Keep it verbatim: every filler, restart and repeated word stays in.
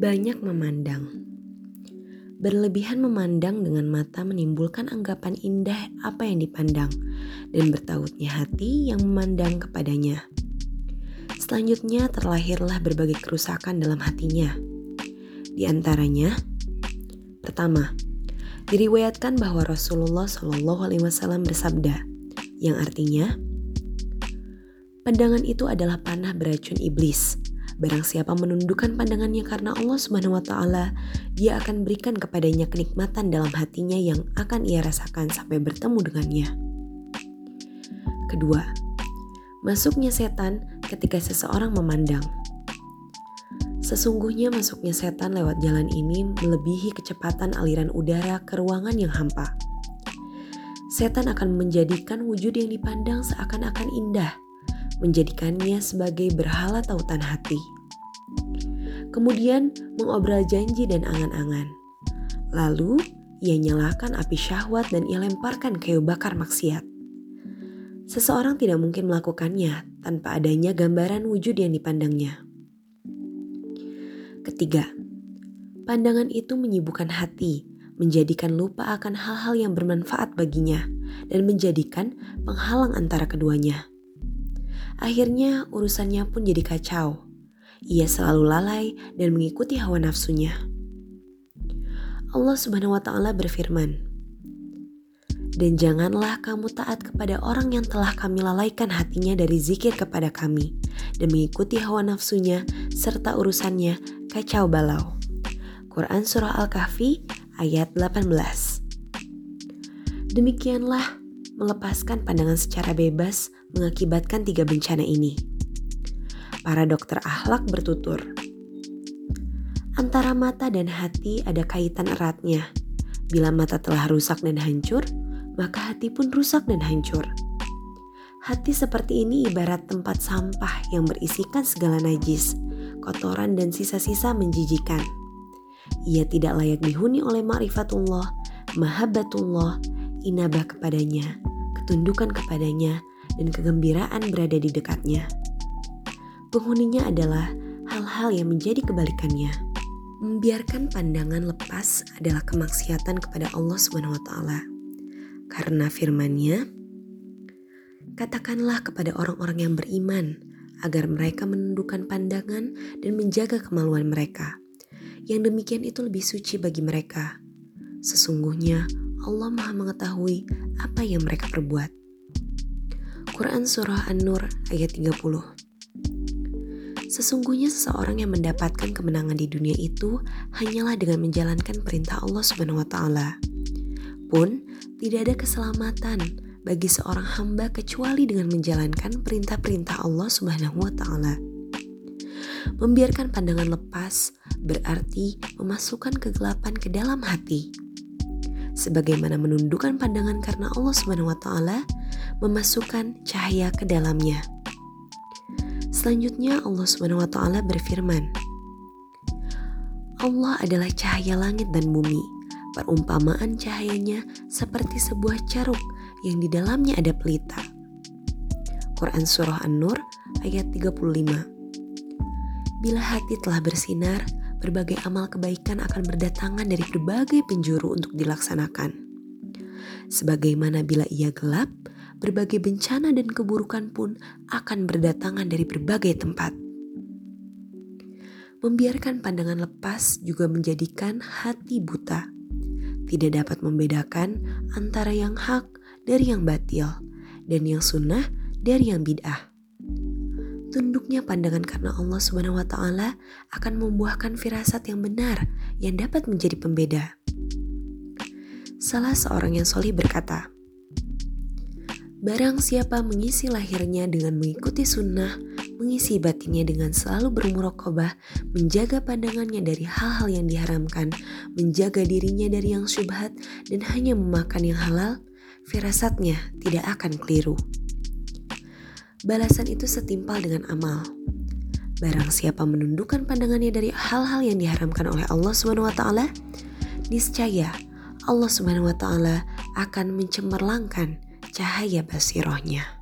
Banyak memandang. Berlebihan memandang dengan mata menimbulkan anggapan indah apa yang dipandang dan bertautnya hati yang memandang kepadanya. Selanjutnya terlahirlah berbagai kerusakan dalam hatinya. Di antaranya, pertama, diriwayatkan bahwa Rasulullah shallallahu alaihi wasallam bersabda, yang artinya, pandangan itu adalah panah beracun iblis. Barang siapa menundukkan pandangannya karena Allah Subhanahu wa taala, Dia akan berikan kepadanya kenikmatan dalam hatinya yang akan ia rasakan sampai bertemu dengannya. Kedua, masuknya setan ketika seseorang memandang. Sesungguhnya masuknya setan lewat jalan ini melebihi kecepatan aliran udara ke ruangan yang hampa. Setan akan menjadikan wujud yang dipandang seakan-akan indah, menjadikannya sebagai berhala tautan hati. Kemudian mengobrol janji dan angan-angan. Lalu ia nyalakan api syahwat dan ia lemparkan kayu bakar maksiat. Seseorang tidak mungkin melakukannya tanpa adanya gambaran wujud yang dipandangnya. Ketiga, pandangan itu menyibukkan hati, menjadikan lupa akan hal-hal yang bermanfaat baginya, dan menjadikan penghalang antara keduanya. Akhirnya urusannya pun jadi kacau. Ia selalu lalai dan mengikuti hawa nafsunya. Allah Subhanahu wa taala berfirman, "Dan janganlah kamu taat kepada orang yang telah kami lalaikan hatinya dari zikir kepada kami dan mengikuti hawa nafsunya serta urusannya kacau balau." Quran Surah Al-Kahfi ayat delapan belas. Demikianlah melepaskan pandangan secara bebas mengakibatkan tiga bencana ini. Para dokter akhlak bertutur, antara mata dan hati ada kaitan eratnya. Bila mata telah rusak dan hancur, maka hati pun rusak dan hancur. Hati seperti ini ibarat tempat sampah yang berisikan segala najis, kotoran dan sisa-sisa menjijikan. Ia tidak layak dihuni oleh ma'rifatullah, mahabbatullah, inabah kepadanya, ketundukan kepadanya, dan kegembiraan berada di dekatnya. Penghuninya adalah hal-hal yang menjadi kebalikannya. Membiarkan pandangan lepas adalah kemaksiatan kepada Allah Subhanahu wa taala. Karena firman-Nya, katakanlah kepada orang-orang yang beriman agar mereka menundukkan pandangan dan menjaga kemaluan mereka. Yang demikian itu lebih suci bagi mereka. Sesungguhnya Allah Maha mengetahui apa yang mereka perbuat. Quran Surah An-Nur ayat tiga puluh. Sesungguhnya seseorang yang mendapatkan kemenangan di dunia itu hanyalah dengan menjalankan perintah Allah Subhanahu wa taala. Pun tidak ada keselamatan bagi seorang hamba kecuali dengan menjalankan perintah-perintah Allah Subhanahu wa taala. Membiarkan pandangan lepas berarti memasukkan kegelapan ke dalam hati. Sebagaimana menundukkan pandangan karena Allah Subhanahu wa taala memasukkan cahaya ke dalamnya. Selanjutnya Allah Subhanahu wa taala berfirman, Allah adalah cahaya langit dan bumi. Perumpamaan cahayanya seperti sebuah caruk yang di dalamnya ada pelita. Quran Surah An-Nur ayat tiga puluh lima. Bila hati telah bersinar, berbagai amal kebaikan akan berdatangan dari berbagai penjuru untuk dilaksanakan. Sebagaimana bila ia gelap, berbagai bencana dan keburukan pun akan berdatangan dari berbagai tempat. Membiarkan pandangan lepas juga menjadikan hati buta. Tidak dapat membedakan antara yang hak dari yang batil dan yang sunnah dari yang bid'ah. Tunduknya pandangan karena Allah Subhanahu wa taala akan membuahkan firasat yang benar yang dapat menjadi pembeda. Salah seorang yang solih berkata, barang siapa mengisi lahirnya dengan mengikuti sunnah, mengisi batinnya dengan selalu bermuraqabah, menjaga pandangannya dari hal-hal yang diharamkan, menjaga dirinya dari yang syubhat, dan hanya memakan yang halal, firasatnya tidak akan keliru. Balasan itu setimpal dengan amal. Barang siapa menundukkan pandangannya dari hal-hal yang diharamkan oleh Allah Subhanahu wa taala, niscaya Allah Subhanahu wa taala akan mencemerlangkan cahaya basirohnya.